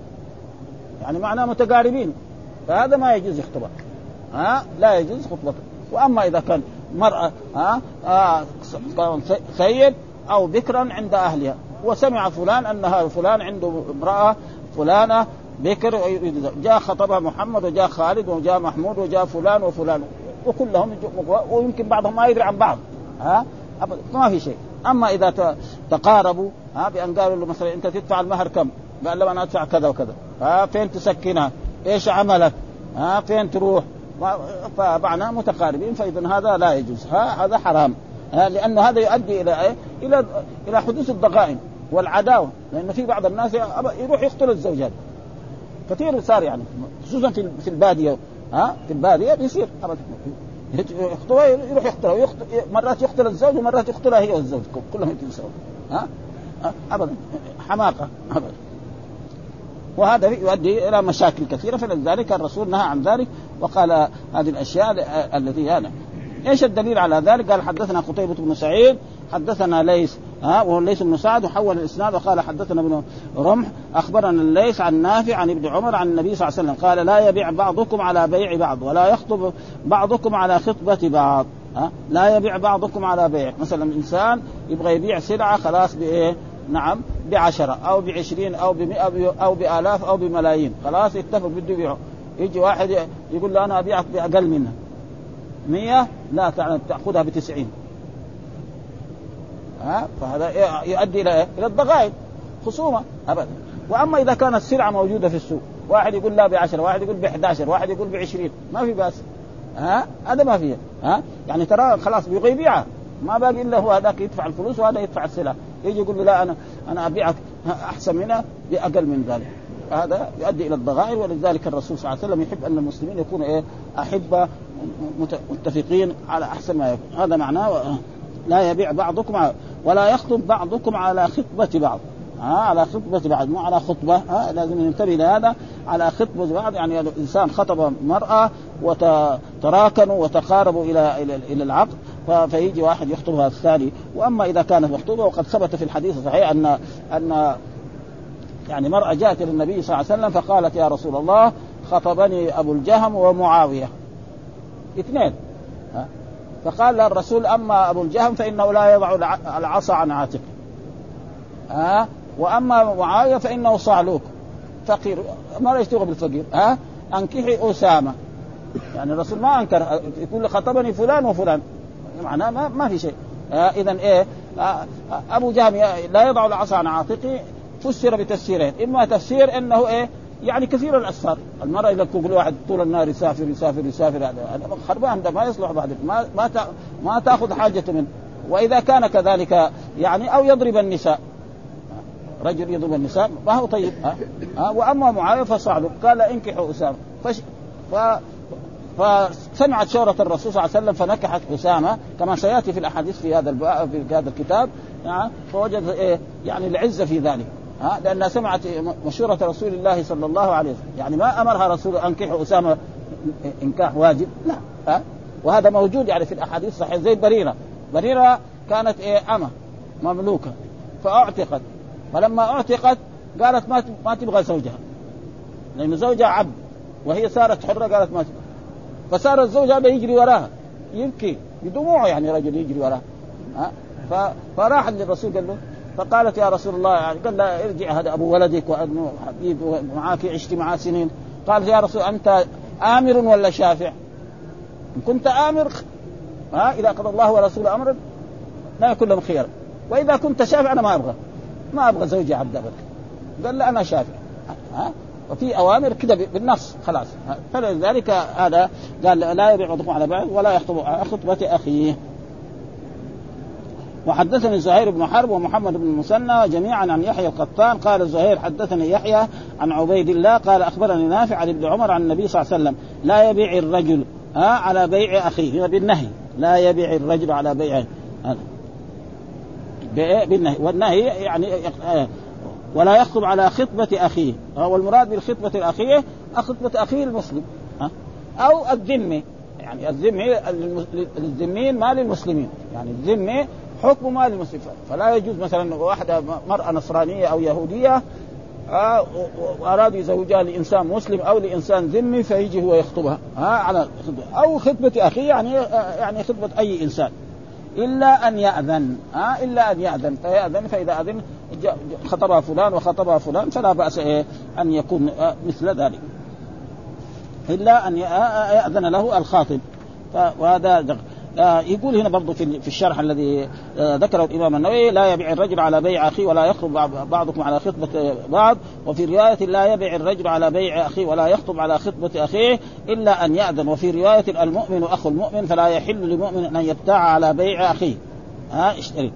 يعني معناه متقاربين فهذا ما يجوز يخطبها ها لا يجوز خطبته. وأما إذا كان مرأة ها آه سيد أو بكرا عند أهلها وسمع فلان أنها فلان عنده امرأة فلانة بكر جاء خطبها محمد وجاء خالد وجاء محمود وجاء فلان وفلان وكلهم ويمكن بعضهم ما يدري عن بعض ها ما في شيء. أما إذا تقاربوا ها بأن قالوا له مثلا أنت تدفع المهر كم قال له أنا أدفع كذا وكذا ها فين تسكنها إيش عملك ها فين تروح فمعناه متقاربين فإذا هذا لا يجوز ها هذا حرام ها لأنه هذا يؤدي إلى إيه؟ إلى إلى حدوث الضغائن والعداوة. لأن في بعض الناس يروح يقتل الزوجات كثير صار يعني خصوصا في في البادية ها في البادية بيصير يخطبها يروح يقتلها ويخطل مرات يقتل الزوج ومرات يقتلها هي والزوج كلهم يتساووا ها أبدا حماقة أبدا. وهذا يؤدي إلى مشاكل كثيرة فلذلك الرسول نهى عن ذلك وقال هذه الأشياء التي هذا. إيش الدليل على ذلك؟ قال حدثنا قتيبة بن سعيد حدثنا ليث ها وهو ليث بن سعد وحول الإسناد وقال حدثنا ابن رمح أخبرنا الليث عن نافع عن ابن عمر عن النبي صلى الله عليه وسلم قال لا يبيع بعضكم على بيع بعض ولا يخطب بعضكم على خطبة بعض ها لا يبيع بعضكم على بيع. مثلا إنسان يبغى يبيع سلعة خلاص بإيه نعم بعشرة أو بعشرين أو بمئة أو بآلاف أو بملايين خلاص يتفق بده يبيعه. يجي واحد يقول له أنا أبيعك بأقل منها مية لا تأخذها بتسعين ها فهذا يؤدي إلى إلى الضغائن خصومة أبدا. وأما إذا كانت السلعة موجودة في السوق واحد يقول لا بعشرة واحد يقول بإحدى عشر واحد يقول بعشرين ما في بأس ها هذا ما فيه ها يعني ترى خلاص بيبغى يبيعها ما باقي إلا هو هذاك يدفع الفلوس وهذا يدفع السلعة. يجي يقول له لا أنا أنا أبيعك أحسن منها بأقل من ذلك هذا يؤدي إلى الضغائن. ولذلك الرسول صلى الله عليه وسلم يحب أن المسلمين يكونوا إيه أحبة متفقين على أحسن ما يكون. هذا معناه لا يبيع بعضكم ولا يخطب بعضكم على خطبة بعض ها على خطبة بعض مو على خطبة ها لازم ننتبه لهذا على خطبة بعض يعني الإنسان خطب مرأة وتراكنوا وتقاربوا إلى إلى إلى العقد فيجي واحد يخطبها الثاني. وأما إذا كانت مخطوبة وقد ثبت في الحديث الصحيح أن أن يعني مرأة جاءت للنبي صلى الله عليه وسلم فقالت يا رسول الله خطبني أبو الجهم ومعاوية اثنين ها فقال الرسول أما أبو الجهم فإنه لا يضع العصا عن عاتقه ها وأما معاوية فإنه صعلوك فقير ما لا يشتغل بالفقير ها أنكحي أسامة، يعني الرسول ما أنكر، يقول خطبني فلان وفلان معناه ما ما في شيء. إذن إيه آه أبو جهم لا يضع العصا عن عاتقه فسر بتفسيرين، إما تفسير إنه إيه يعني كثير الأسفار، المرأة إذا كل واحد طول النهار يسافر يسافر يسافر هذا خربان، ده ما يصلح بعد ما ما ما تأخذ حاجته منه. وإذا كان كذلك يعني أو يضرب النساء، رجل يضرب النساء ما هو طيب ها أه؟ وأما معاوية فصعب قال انكحوا أسامة، فش ف فسمعت شورة الرسول صلى الله عليه وسلم فنكحت أسامة كما سيأتي في الأحاديث في هذا في هذا الكتاب يعني، فوجد إيه يعني العزة في ذلك ها أه؟ لأنها سمعت مشورة رسول الله صلى الله عليه وسلم، يعني ما أمرها رسول أنكحوا أسامة إنكاح واجب لا ها أه؟ وهذا موجود يعني في الأحاديث صحيح. زي بريرة، بريرة كانت إيه أمة مملوكة فأعتقت، فلما أعتقت قالت ما ما تبغى زوجها لأن زوجها عبد وهي صارت حرة، قالت ما تبغى، فصار الزوج هذا يجري وراها يبكي بدموعه، يعني رجل يجري وراها ها فراح للرسول قال له، فقالت يا رسول الله يعني قال لا ارجع هذا أبو ولدك وأبنه حبيب ومعاك عشت معاه سنين، قال يا رسول أنت آمر ولا شافع؟ إن كنت آمر ها إذا قضى الله ورسوله أمرا لا يكون لهم خيار، وإذا كنت شافع أنا ما أبغى ما أبغى زوجي عبد أبدا. قال لا أنا شافع ها، وفي أوامر كده بالنص خلاص. فلذلك هذا قال لا يبيع بعضكم على بعض ولا يخطب خطبة أخيه. وحدثني زهير بن حرب ومحمد بن المثنى جميعا عن يحيى القطان قال زهير حدثني يحيى عن عبيد الله قال أخبرني نافع عن ابن عمر عن النبي صلى الله عليه وسلم لا يبيع الرجل ها على بيع أخيه بالنهي، لا يبيع الرجل على بيع هذا بالنهي، والنهي يعني ولا يخطب على خطبة أخيه، والمراد بالخطبة الأخيه خطبة أخيه المسلم أو الذمي، يعني الذمي الذمين ما للمسلمين، يعني الذمي حكم ما للمسلمين، فلا يجوز مثلا واحدة مرأة نصرانية أو يهودية وأراد يزوجها لإنسان مسلم أو لإنسان ذمي فيجي هو يخطبها على خطبة أو خطبة أخيه، يعني يعني خطبة أي إنسان إلا أن يأذن ها إلا أن يأذن فيأذن، فإذا أذن خطبها فلان وخطبها فلان فلا بأس إيه أن يكون مثل ذلك، إلا أن يأذن له الخاطب. وهذا يقول هنا برضو في الشرح الذي ذكره الإمام النووي لا يبيع الرجل على بيع أخيه ولا يخطب بعضكم على خطبة بعض، وفي رواية لا يبيع الرجل على بيع أخيه ولا يخطب على خطبة أخيه إلا أن يأذن، وفي رواية المؤمن أخو المؤمن فلا يحل لمؤمن أن يبتاع على بيع أخيه ها اشتري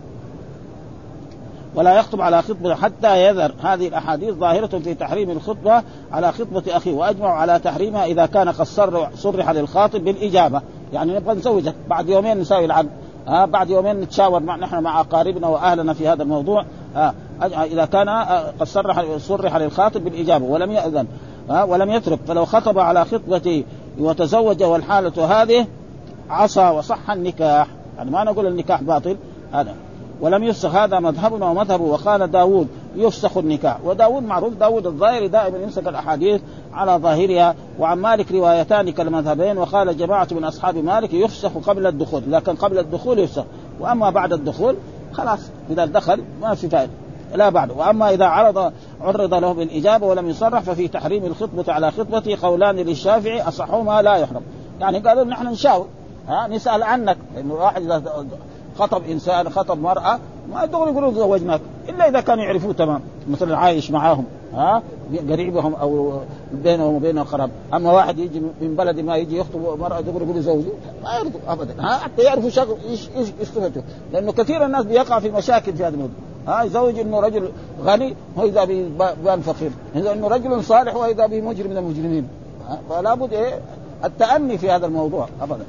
ولا يخطب على خطبة حتى يذر. هذه الأحاديث ظاهرة في تحريم الخطبة على خطبة أخيه، وأجمعوا على تحريمها إذا كان قد صرح للخاطب بالإجابة، يعني نبغى نزوجك بعد يومين نساوي العقد آه بعد يومين نتشاور مع نحن مع أقاربنا وأهلنا في هذا الموضوع آه إذا كان قد صرح صرح للخاطب بالإجابة ولم يأذن آه ولم يترك، فلو خطب على خطبته وتزوج والحالة هذه عصى وصح النكاح، يعني ما نقول النكاح باطل هذا ولم يفسخ، هذا مذهبنا ومذهبه. وقال داود يفسخ النكاح، وداود معروف داود الظاهري دائما يمسك الأحاديث على ظاهرها. وعن مالك روايتان كالمذهبين، وقال جماعة من أصحاب مالك يفسخ قبل الدخول، لكن قبل الدخول يفسخ، وأما بعد الدخول خلاص إذا دخل ما في فائدة لا بعد. وأما إذا عرض عرض له بالإجابة ولم يصرح ففي تحريم الخطبة على خطبته قولان للشافعي أصحهما لا يحرم، يعني قالوا نحن نشاور ها نسأل عنك، لأنه واحد إذا خطب إنسان خطب مرأة ما دغري يقولوا زوجناك إلا إذا كانوا يعرفوه تمام، مثلا عايش معاهم ها قريبهم أو بينهم وبين القراب. أما واحد يجي من بلد ما يجي يخطب مرأة دغري يقولوا زوجي ما يعرفوا أبدا ها حتى يعرفوا شغل إيش إيش يستفيدوا، لأنه كثير الناس بيقع في مشاكل في هذا الموضوع ها يزوج إنه رجل غني وإذا بيبان فقير، إذا إنه رجل صالح وإذا بمجرم من المجرمين، فلا بد إيه التأني في هذا الموضوع أبدا.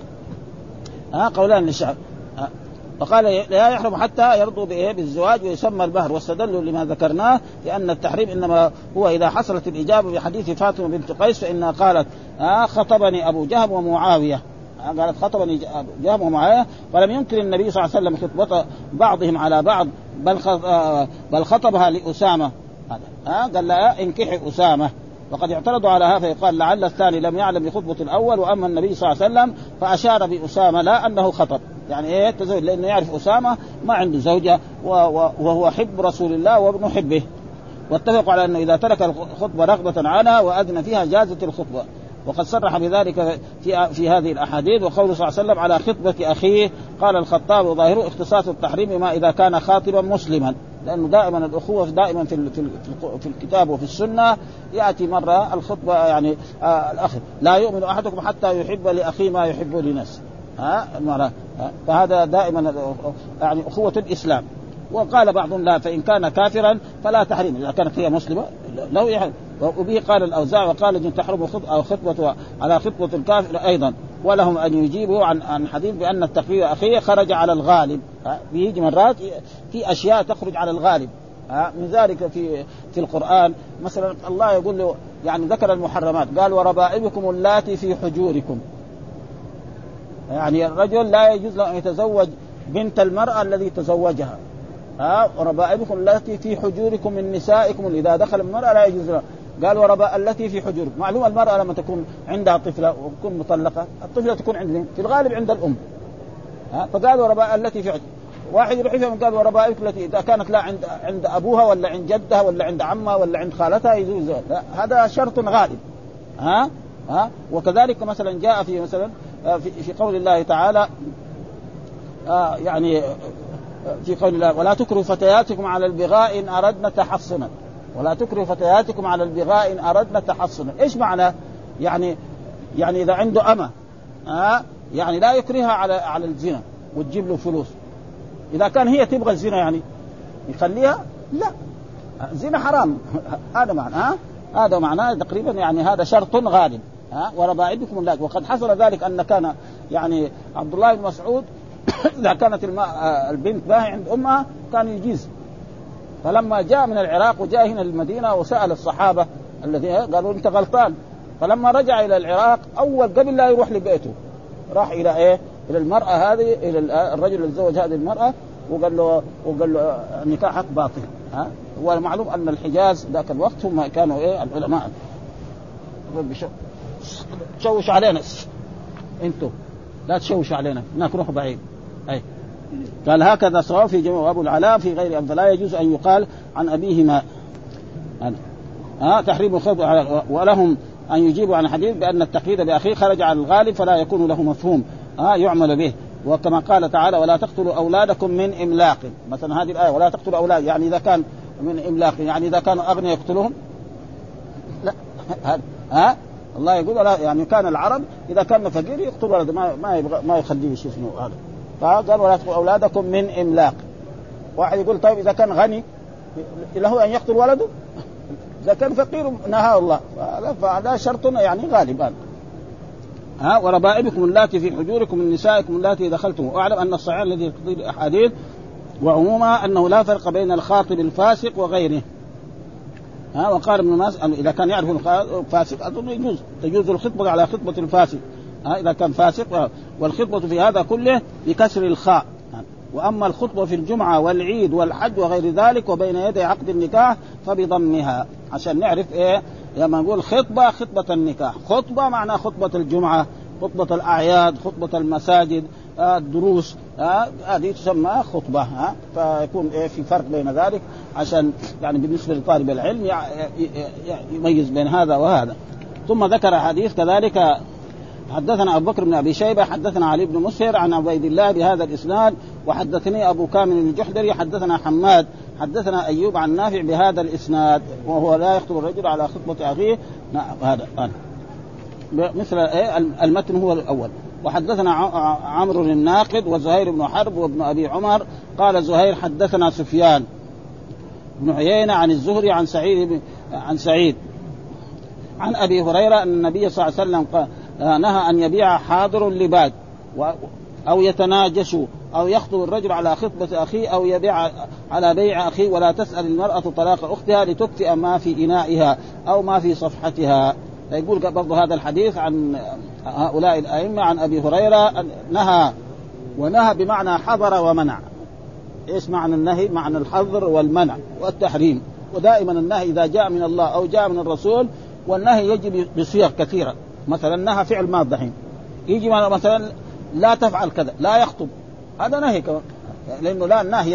ها قولان للشعب. وقال لا يحرم حتى يرضوا بإيه بالزواج ويسمى البهر، واستدلوا لما ذكرناه لأن التحريم إنما هو إذا حصلت الإجابة بحديث فاطمة بنت قيس فإنها قالت آه خطبني أبو جهم ومعاوية، آه قالت خطبني أبو جهم ومعاوية، ولم ينكر النبي صلى الله عليه وسلم خطبة بعضهم على بعض، بل آه بل خطبها لأسامة هذا آه قال لا انكحي أسامة، وقد اعترضوا على هذا فيقال لعل الثاني لم يعلم بخطبة الأول، وأما النبي صلى الله عليه وسلم فأشار بأسامة لا أنه خطب، يعني إيه تزوج، لأنه يعرف أسامة ما عنده زوجة وهو حب رسول الله وابن حبه، واتفقوا على أنه إذا ترك الخطبة رغبة عنها وأذن فيها جازت الخطبة. وقد صرح بذلك في في هذه الأحاديث. وقوله صلى الله عليه وسلم على خطبة أخيه قال الخطاب ظاهره اختصاص التحريم ما إذا كان خاطبا مسلما، لأنه دائما الأخوة دائما في في الكتاب وفي السنة يأتي مرة الخطبة يعني آه الأخ لا يؤمن أحدكم حتى يحب لأخيه ما يحب لنفسه، ها المرة فهذا دائما يعني أخوة الإسلام. وقال بعضهم لا، فإن كان كافرا فلا تحريم، إذا كانت هي مسلمة لو يحرم. وبه قال الأوزاع وقال إن تحرم خطبة أو خطبة على خطبة الكافر أيضا. ولهم أن يجيبوا عن عن حديث بأن التكفير أخيه خرج على الغالب، بيجي مرات في أشياء تخرج على الغالب. من ذلك في في القرآن مثلا الله يقول له يعني ذكر المحرمات قال وربائبكم اللاتي في حجوركم، يعني الرجل لا يجوز له أن يتزوج بنت المرأة الذي تزوجها. ها وربائبكم التي في حجوركم من نسائكم، إذا دخل المرأة لا يجوز له. قال ورباء التي في حجوركم، معلومة المرأة لما تكون عندها طفلة وتكون مطلقة الطفلة تكون عند في الغالب عند الأم. ها فقال ورباء التي في حجوركم. واحد يروح يفهم قال وربائبكم التي إذا كانت لا عند عند أبوها ولا عند جدها ولا عند عمها ولا عند خالتها يجوز، هذا شرط غالب. ها ها وكذلك مثلا جاء في مثلا في, في قول الله تعالى آه يعني في قول الله ولا تكرهوا فتياتكم على البغاء إن أردنا تحصنا، ولا تكرهوا فتياتكم على البغاء إن أردنا تحصنا. إيش معنى؟ يعني يعني إذا عنده أمة آه يعني لا يكرهها على على الزنا وتجيب له فلوس. إذا كان هي تبغى الزنا يعني يخليها؟ لا، الزنا حرام. هذا معنى ها آه؟ هذا معناه تقريبا يعني هذا شرط غالب. ها وربائبكم اللاتي. وقد حصل ذلك أن كان يعني عبد الله بن مسعود إذا كانت البنت باهي عند أمها كان يجيز. فلما جاء من العراق وجاء هنا للمدينة وسأل الصحابة الذين قالوا أنت غلطان، فلما رجع إلى العراق أول قبل لا يروح لبيته راح إلى إيه إلى المرأة هذه، إلى الرجل الذي زوج هذه المرأة وقال له وقال له نكاحك باطل. ها والمعلوم أن الحجاز ذاك الوقت هم كانوا إيه العلماء تشوش علينا انتوا لا تشوش علينا هناك روح بعيد. أي قال هكذا صواب في جميع أبو العلاء في غير أن فلا يجوز أن يقال عن أبيهما ها تحريم الخطبة. ولهم أن يجيبوا عن حديث بأن التقييد بأخيه خرج عن الغالب فلا يكون له مفهوم ها يعمل به. وكما قال تعالى ولا تقتلوا أولادكم من إملاق، مثلا هذه الآية ولا تقتلوا أولاد يعني إذا كان من إملاق يعني إذا كانوا أغنياء يقتلوهم لا ها الله يقول ولا يعني كان العرب إذا كان فقير يقتل ولده ما ما يبغى ما يخليه يشوف هذا. فقال ولا تقتلوا أولادكم من إملاق. واحد يقول طيب إذا كان غني له أن يقتل ولده، إذا كان فقير نهى الله، فهذا شرطنا يعني غالبا. ها وربائبكم اللاتي في حجوركم من نسائكم اللاتي دخلتم. واعلم أن الصحيح الذي يقتضي الأحاديث وعموما أنه لا فرق بين الخاطب الفاسق وغيره. ها وقال ابن ماس إذا كان يعرف الفاسق أظن يجوز تجوز الخطبة على خطبة الفاسق ها إذا كان فاسق. والخطبة في هذا كله بكسر الخاء. وأما الخطبة في الجمعة والعيد والحج وغير ذلك وبين يدي عقد النكاح فبضمها، عشان نعرف إيه لما نقول خطبة خطبة النكاح. خطبة معناه خطبة الجمعة، خطبة الأعياد، خطبة المساجد، آه الدروس، هذه آه تسمى خطبة. ها فيكون إيه في فرق بين ذلك عشان يعني بالنسبة لطالب العلم يميز بين هذا وهذا. ثم ذكر حديث كذلك حدثنا أبو بكر بن أبي شيبة حدثنا علي بن مسهر عن عبيد الله بهذا الإسناد وحدثني أبو كامل الجحدري حدثنا حماد حدثنا أيوب عن نافع بهذا الإسناد وهو لا يخطب الرجل على خطبة أخيه. هذا مثل المتن هو الأول. وحدثنا عمرو الناقد وزهير بن حرب وابن أبي عمر قال زهير حدثنا سفيان بن عيينة عن الزهري عن سعيد عن سعيد عن أبي هريرة أن النبي صلى الله عليه وسلم نهى أن يبيع حاضر لباد أو يتناجشوا أو يخطب الرجل على خطبة أخيه أو يبيع على بيع أخيه ولا تسأل المرأة طلاق أختها لتكفئ ما في إنائها أو ما في صفحتها. يقول برضو هذا الحديث عن هؤلاء الأئمة عن أبي هريرة نهى، ونهى بمعنى حظر ومنع. إيش معنى النهي؟ معنى الحظر والمنع والتحريم. ودائما النهي إذا جاء من الله أو جاء من الرسول، والنهي يجي بصيغ كثيرة. مثلا نهى فعل ماض دحين يجي مثلا لا تفعل كذا لا يخطب، هذا نهي كمان لأنه لا النهي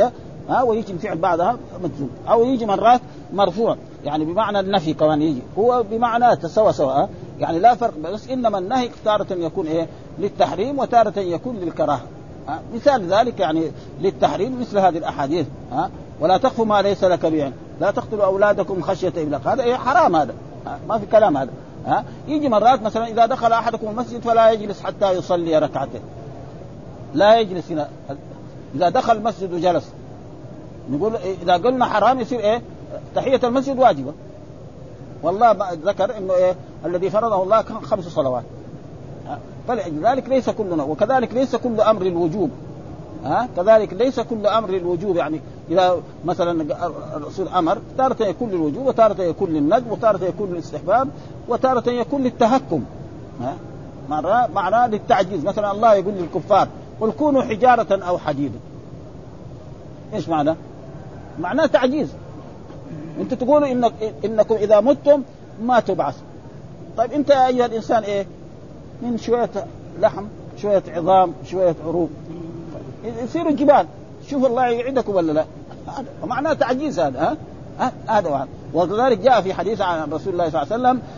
ها ويجي الفعل بعدها مجزوم، أو يجي مرات مرفوع يعني بمعنى النفي كمان يجي، هو بمعنى تسوى سواء يعني لا فرق، بس إنما النهي تارة يكون إيه للتحريم وتارة يكون للكراهة. مثال ذلك يعني للتحريم مثل هذه الأحاديث ها ولا تخف ما ليس لك به، لا تقتلوا أولادكم خشية إملاق، هذا إيه حرام، هذا ما في كلام هذا. ها يجي مرات مثلا إذا دخل أحدكم المسجد فلا يجلس حتى يصلي ركعتين، لا يجلس هنا. إذا دخل المسجد وجلس نقول إذا قلنا حرام يصير إيه تحية المسجد واجبة، والله ذكر إنه إيه الذي فرضه الله خمس صلوات، فلذلك ليس كلنا، وكذلك ليس كل أمر الوجوب. ها كذلك ليس كل أمر الوجوب، يعني إذا مثلا الرسول أمر تارة يكون للوجوب وتارة يكون للندب وتارة يكون للاستحباب وتارة يكون للتهكم. ها مرة معناه للتعجيز، مثلا الله يقول للكفار قل كونوا حجارة أو حديدا، إيش معنى؟ معناه تعجيز، أنت تقولوا إنك إنكم إذا متم ما تبعث. طيب أنت أيها الإنسان إيه من شوية لحم شوية عظام شوية عروق يصيروا جبال، شوف الله يعيدكم ولا لا؟ معناه تعجيز هذا. ها هذا وكذلك جاء في حديث عن رسول الله صلى الله عليه وسلم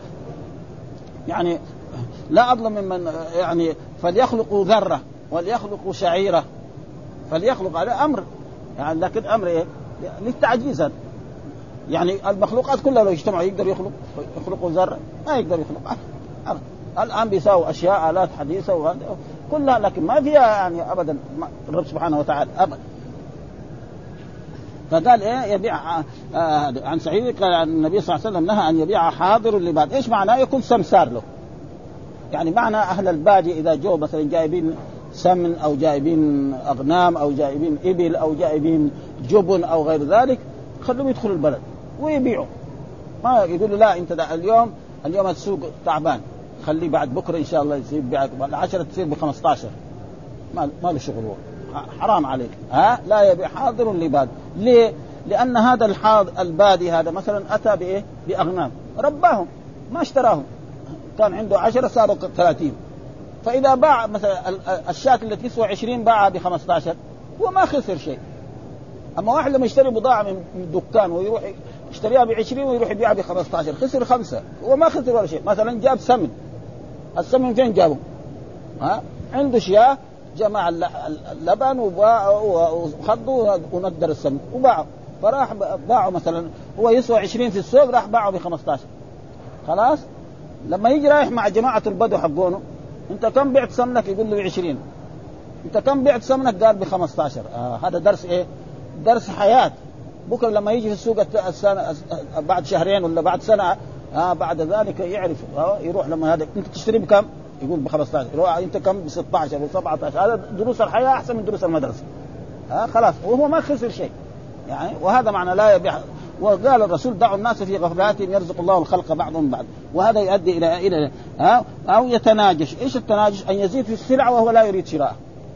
يعني لا أظلم ممن يعني فليخلقوا ذرة وليخلقوا شعيرة، فليخلق على أمر يعني لكن أمر إيه للتعجيز هذا. يعني المخلوقات كلها لو اجتمعوا يقدر يخلق يخلقوا ذرة؟ ما يقدر يخلق. الآن بيساووا أشياء آلات حديثة وهذا كلها، لكن ما فيها يعني أبدا الرب سبحانه وتعالى أبدا. فقال إيه يبيع آه عن سعيد قال عن النبي صلى الله عليه وسلم نهى أن يبيع حاضر لباد. إيش معناه؟ يكون سمسار له، يعني معنى أهل البادية إذا جو مثلا جايبين سمن أو جايبين أغنام أو جايبين إبل أو جايبين جبن أو غير ذلك خلوهم يدخلوا البلد ويبيعوا، ما يقولوا لا أنت اليوم اليوم السوق تعبان خليه بعد بكرة إن شاء الله يصير بيعك العشرة تصير بخمسة عشر، ما ما له شغل، حرام عليك. ها لا يبيع حاضر لباد. ليه؟ لأن هذا الحاضر البادي هذا مثلا أتى بإيه بأغنام رباهم ما اشتراهم، كان عنده عشرة صاروا ثلاثين، فإذا باع مثلا الشاة التي تسوى عشرين باعها بخمسة عشر هو ما خسر شيء. أما واحد لما يشتري بضاعة من دكان ويروح يشتريها بعشرين ويروح يبيعها بخمسة عشر خسر خمسة، هو ما خسر ولا شيء. مثلا جاب سمن، السمن فين جابه؟ ها عنده شياه جمع اللبن وخضوا وندر السمن وباعه، فراح باعه مثلا هو يسوى عشرين في السوق راح باعه بخمسة عشر. خلاص لما يجي رايح مع جماعة البدو حقونه انت كم بعت سمنك؟ يقول له بعشرين. انت كم بعت سمنك؟ قال بخمسة عشر. آه هذا درس ايه؟ درس حياة. بكره لما يجي في السوق السنة بعد شهرين ولا بعد سنة آه بعد ذلك يعرف آه يروح لما هذا انت تشتري بكم؟ يقول بخمسة عشر. يروح انت كم؟ بستة عشر وسبعة عشر. هذا دروس الحياة احسن من دروس المدرسة. آه خلاص وهو ما خسر شيء يعني. وهذا معنى لا يبيع. وقال الرسول دعوا الناس في غفلاتهم يرزق الله الخلق بعضهم بعض، وهذا يؤدي الى الى ها او يتناجش. ايش التناجش؟ ان يزيد في السلعه وهو لا يريد شراء.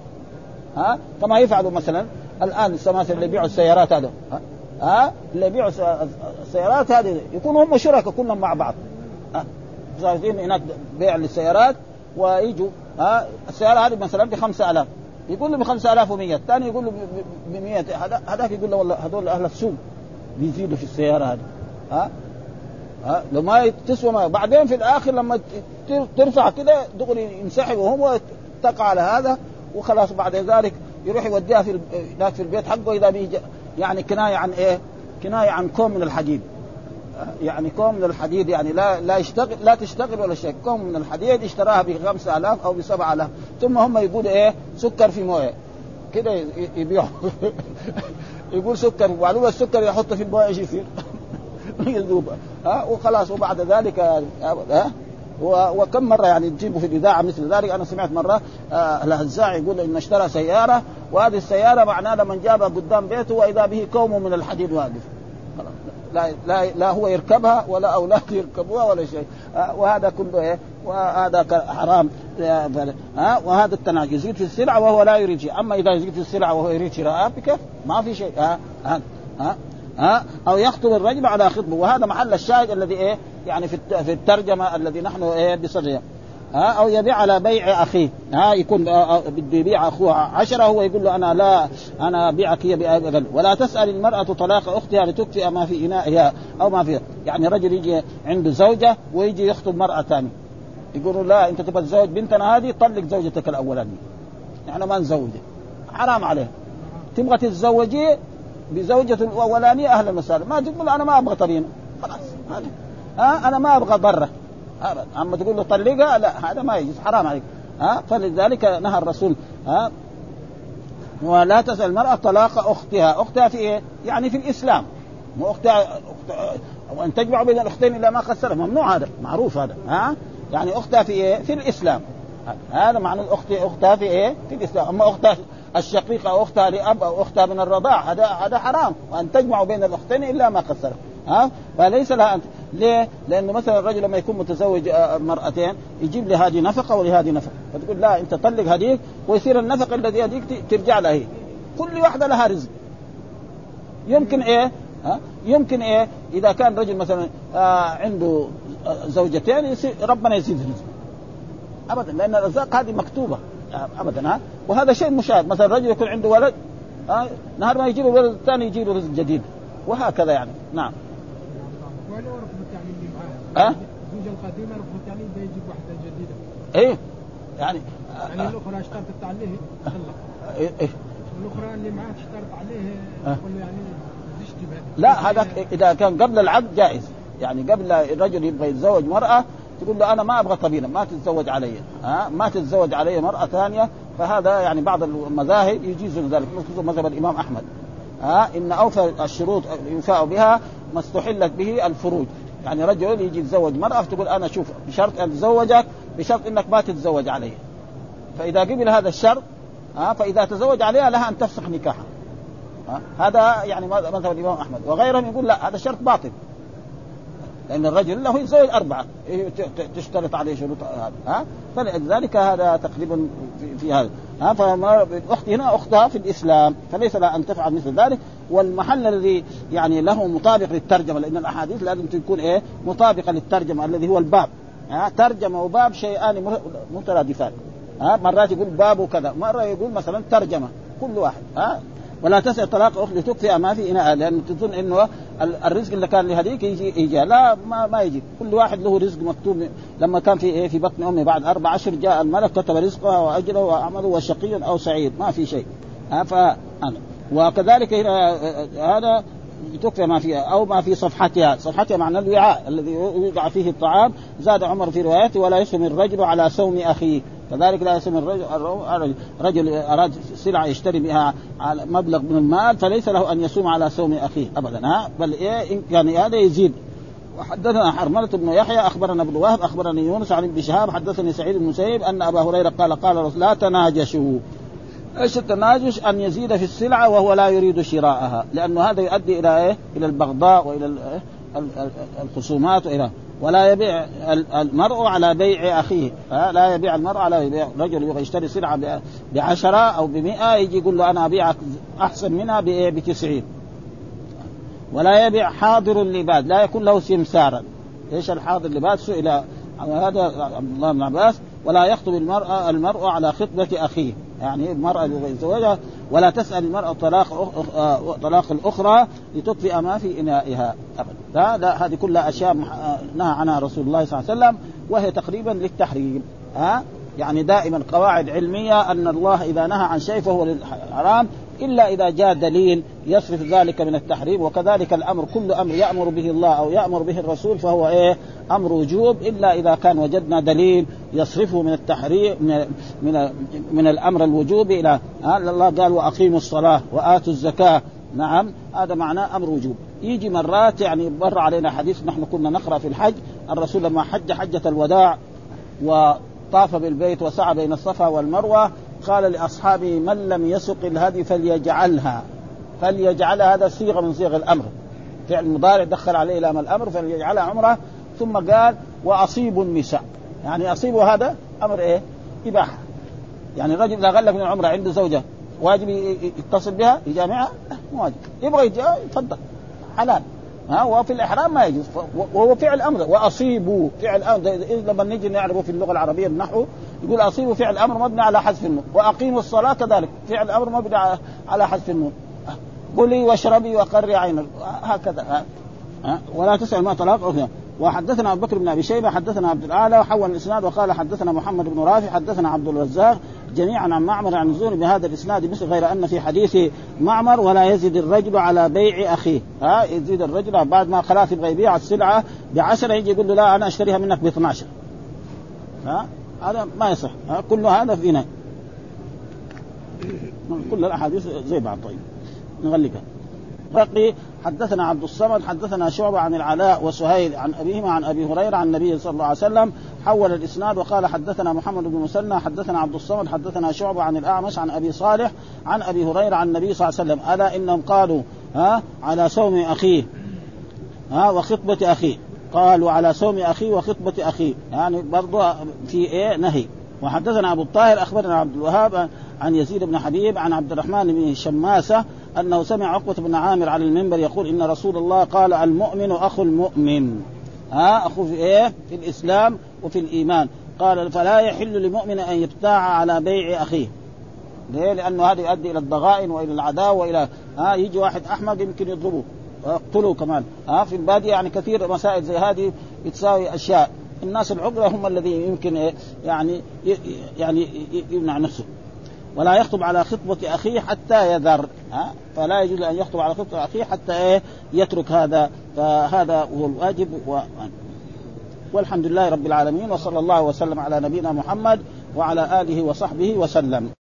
ها كما يفعلوا مثلا الان السماسرة اللي يبيعوا السيارات هذا ها, ها؟ اللي يبيعوا السيارات هذه يكونوا هم شركاء كلهم مع بعض. ها زين هناك بيع للسيارات ويجوا ها السياره هذه مثلا بخمسة آلاف يقول له بخمسة آلاف ومية، الثاني يقول له بمية، هذاك يقول له والله هذول اهل السوق بيزيدوا في السيارة هذه. ها ها لما تسوى ما بعدين في الآخر لما ترفع كده دغري ينسحب وهم تقع على هذا وخلاص. بعد ذلك يروح يوديها في هناك في البيت حقه إذا بيجي يعني كناية عن إيه؟ كناية عن كوم من الحديد. يعني كوم من الحديد يعني لا لا يشتغل لا تشتغل ولا شيء، كوم من الحديد اشتراها بخمسة آلاف أو بسبعة آلاف، ثم هم يقولوا إيه سكر في مويه كده يبيعوا يقول سكر وعلوه السكر يحطه في المويه ايش يصير؟ يذوب ها وخلاص. وبعد ذلك ها وكم مره يعني تجيبوا في الاذاعه مثل ذلك. انا سمعت مره آه الهزاع يقول انه اشترى سياره وهذه السياره معناه لما جابها قدام بيته واذا به كوم من الحديد واقف لا لا لا هو يركبها ولا اولاد يركبوها ولا شيء. آه وهذا كله ايه وهذا حرام. ها وهذا التناجي يزيد في السلعة وهو لا يريد شيء. أما إذا يزيد في السلعة وهو يريد شراء بكيف ما في شيء. ها ها ها, ها أو يخطب الرجل على خطبه، وهذا محل الشاهد الذي إيه يعني في في الترجمة الذي نحن إيه بصدده. ها أو يبيع على بيع أخيه، ها يكون بده يبيع أخوه عشرة هو يقول له أنا لا أنا بيعك هي بأقل. ولا تسأل المرأة طلاق أختها لتكفئ ما في إنائها أو ما فيها. يعني رجل يجي عنده زوجة ويجي يخطب مرأة ثانية يقولوا لا أنت تبغى تزوج بنتنا هذه طلق زوجتك الأولانية، يعني ما نزوجه حرام عليه. تبغى تتزوجي بزوجة الأولانية أهلا وسهلا، ما تقول أنا ما أبغى طريقة خلاص هذا ها أنا ما أبغى ضرة، أما تقول له طلقها لا هذا ما يجوز حرام عليك. ها فلذلك نهى الرسول ها ولا تسأل المرأة طلاق أختها. أختها في إيه؟ يعني في الإسلام، مو أختها وأن تجمع بين الأختين إلا ما خسر ممنوع، هذا معروف هذا. ها يعني أختها في إيه؟ في الإسلام، هذا معنى الأخت أختها في إيه؟ في الإسلام. أما أختها الشقيقة أو أختها لأب أو أختها من الرضاع هذا هذا حرام، وأن تجمع بين الأختين إلا ما خسر. ها فليس لها أنت. ليه؟ لأنه مثلا الرجل لما يكون متزوج مرأتين يجيب لي هذه نفقة ولهذه نفقة، فتقول لا أنت طلق هذيك ويصير النفقة الذي هذيك ترجع لها هي. كل واحدة لها رزق. يمكن إيه؟ ها يمكن إيه إذا كان رجل مثلا آه عنده زوجتين ربنا يزيد رزقه أبدا، لأن الرزق هذه مكتوبة أبدا. ها وهذا شيء مشاهد، مثلا رجل يكون عنده ولد آه نهار ما يجيب الولد الثاني يجيب رزق جديد وهكذا يعني. نعم. ولا رفضت يعني اللي معاه أه؟ الزوجة القديمة رفضت يعني ده يجيب واحدة جديدة. إيه يعني يعني الأخرى اشترطت عليه طلق. إيه إيه الأخرى اللي معاه اشترط عليه أه؟ يقول له يعني ليش تجيبها؟ لا هذا إذا كان قبل العقد جائز، يعني قبل الرجل يبغى يتزوج مرأة تقول له أنا ما أبغى طبيعة ما تتزوج علي، ها ما تتزوج علي مرأة ثانية. فهذا يعني بعض المذاهب يجيز ذلك، خصوصا مذهب الإمام أحمد. ها إن أوفى الشروط ينفع بها ما استحلت به الفروج. يعني رجل يجي يتزوج مرأة تقول أنا شوف بشرط أن أتزوجك بشرط إنك ما تتزوج علي، فإذا قبل هذا الشرط ها فإذا تزوج عليها لها أن تفسخ نكاحها. هذا يعني مذهب الإمام أحمد. وغيرهم يقول لا هذا شرط باطل، لأن الرجل له يتزوج أربعة تشترط عليه شروط هذا. ها فلذلك هذا تقريبا في, في هذا. ها فالأخت هنا أختها في الإسلام فليس لها أن تفعل مثل ذلك. والمحل الذي يعني له مطابق للترجمة، لأن الأحاديث لازم تكون إيه مطابقة للترجمة الذي هو الباب. ها ترجمة وباب شيئان مترادفان. ها مرات يقول باب كذا، مرة يقول مثلا ترجمة كل واحد. ها ولا تسأل طلاق أخت لتكفئ ما في إناء، لأن تظن إنه الرزق اللي كان لهذيك يجي يجي لا ما ما يجي. كل واحد له رزق مكتوب. لما كان في إيه في بطن أمي بعد أربع أشهر جاء الملك كتب رزقها وأجله وعمله وشقي أو سعيد، ما في شيء. ها فأنا وكذلك هنا هذا تكفى ما فيها أو ما في صفحتها. صفحتها معنى الوعاء الذي يوضع فيه الطعام. زاد عمر في روايته ولا يسم الرجل على سوم أخيه، كذلك لا يسم الرجل رجل أراد سلعة يشتري بها على مبلغ من المال فليس له أن يسوم على سوم أخيه أبدا. ها بل إيه يعني هذا يزيد. وحدثنا حرملة بن يحيى أخبرنا ابن وهب أخبرني يونس عن ابن شهاب حدثني سعيد بن مسيب أن أبا هريرة قال قال رسول لا تناجشوا. ايش التناجش؟ ان يزيد في السلعه وهو لا يريد شراءها، لانه هذا يؤدي الى ايه الى البغضاء والى الخصومات والى ولا يبيع المرء على بيع اخيه. لا يبيع المرء على بيع. رجل يبغى يشتري سلعه بعشرة او بمئة يجي يقول له انا ابيعك احسن منها بتسعين. ولا يبيع حاضر لباد، لا يكون له سمسارا. ايش الحاضر لباد؟ سئل هذا عبد الله بن عباس. ولا يخطب المرأة المرء على خطبة أخيه، يعني المرأة يتزوجها. ولا تسأل المرأة طلاق طلاق الأخرى لتطفئ ما في إنائها أبدا. لا لا هذه كلها أشياء نهى عنها رسول الله صلى الله عليه وسلم وهي تقريبا للتحريم. ها يعني دائما قواعد علمية أن الله إذا نهى عن شيء فهو للحرام إلا إذا جاء دليل يصرف ذلك من التحريم. وكذلك الأمر كل أمر يأمر به الله أو يأمر به الرسول فهو إيه أمر وجوب، إلا إذا كان وجدنا دليل يصرفه من التحريم من من, من الأمر الوجوب إلى الله قال وأقيموا الصلاة وآتوا الزكاة. نعم هذا معناه أمر وجوب. يجي مرات يعني مر علينا حديث نحن كنا نقرأ في الحج، الرسول لما حج حجة الوداع وطاف بالبيت وسعى بين الصفا والمروة قال لأصحابه من لم يسق الهدي فليجعلها. فليجعلها هذا صيغة من صيغ الأمر، فعل مضارع دخل عليه لام الأمر فليجعلها عمره. ثم قال وأصيبوا النساء، يعني أصيبوا هذا أمر إيه إباحة. يعني الرجل إذا غلق من العمرة عنده زوجة واجب يتصل بها يجامعها؟ مو واجب. يبغى يتفضل حلال. ها وفي الإحرام ما يجوز، وهو فعل أمر. وأصيبوا فعل أمر لما نيجي نعرفه في اللغة العربية النحو يقول أصيبوا فعل أمر مبني على حذف النون، وأقيموا الصلاة كذلك فعل أمر مبني على حذف النون، كلي واشربي وقري عينك هكذا. ها ولا تسأل ما طلاق. وحدثنا أبو بكر بن أبي شيبة حدثنا عبد الأعلى وحول الإسناد وقال حدثنا محمد بن رافع حدثنا عبد الرزاق جميعا عن معمر عن الزهري بهذا الإسناد مثل، غير أن في حديث معمر ولا يزيد الرجل على بيع أخيه. ها يزيد الرجل بعد ما خلاص يبغى يبيع السلعة بعشرة يجي يقول له لا أنا أشتريها منك باثنى عشر. ها هذا ما يصح. ها كل هذا فينا كل الأحاديث زي بعض. طيب نغلقها. بقي حدثنا عبد الصمد حدثنا شعبة عن العلاء وسهيل عن أبيهما عن أبي هريرة عن النبي صلى الله عليه وسلم حول الإسناد وقال حدثنا محمد بن مسنى حدثنا عبد الصمد حدثنا شعبة عن الأعمش عن أبي صالح عن أبي هريرة عن النبي صلى الله عليه وسلم ألا إنهم قالوا ها على صوم أخيه ها وخطبة أخيه، قالوا على صوم أخيه وخطبة أخيه، يعني برضو في إيه نهي. وحدثنا أبو الطاهر أخبرنا عبد الوهاب عن يزيد بن حبيب عن عبد الرحمن بن شماسة أنه سمع عقبة بن عامر على المنبر يقول إن رسول الله قال المؤمن أخو المؤمن. ها أخو في إيه في الإسلام وفي الإيمان. قال فلا يحل لمؤمن أن يبتاع على بيع أخيه. ليه؟ لأنه هذا يؤدي إلى الضغائن وإلى العداوة وإلى ها يجي واحد أحمد يمكن يضربه ويقتله كمان. ها في البادية يعني كثير مسائل زي هذه بتساوي أشياء. الناس العقلة هم الذين يمكن يعني يعني يمنع نفسه. ولا يخطب على خطبة أخيه حتى يذر. ها فلا يجوز أن يخطب على خطبة أخيه حتى إيه يترك هذا. فهذا هو الواجب. و... والحمد لله رب العالمين وصلى الله وسلم على نبينا محمد وعلى آله وصحبه وسلم.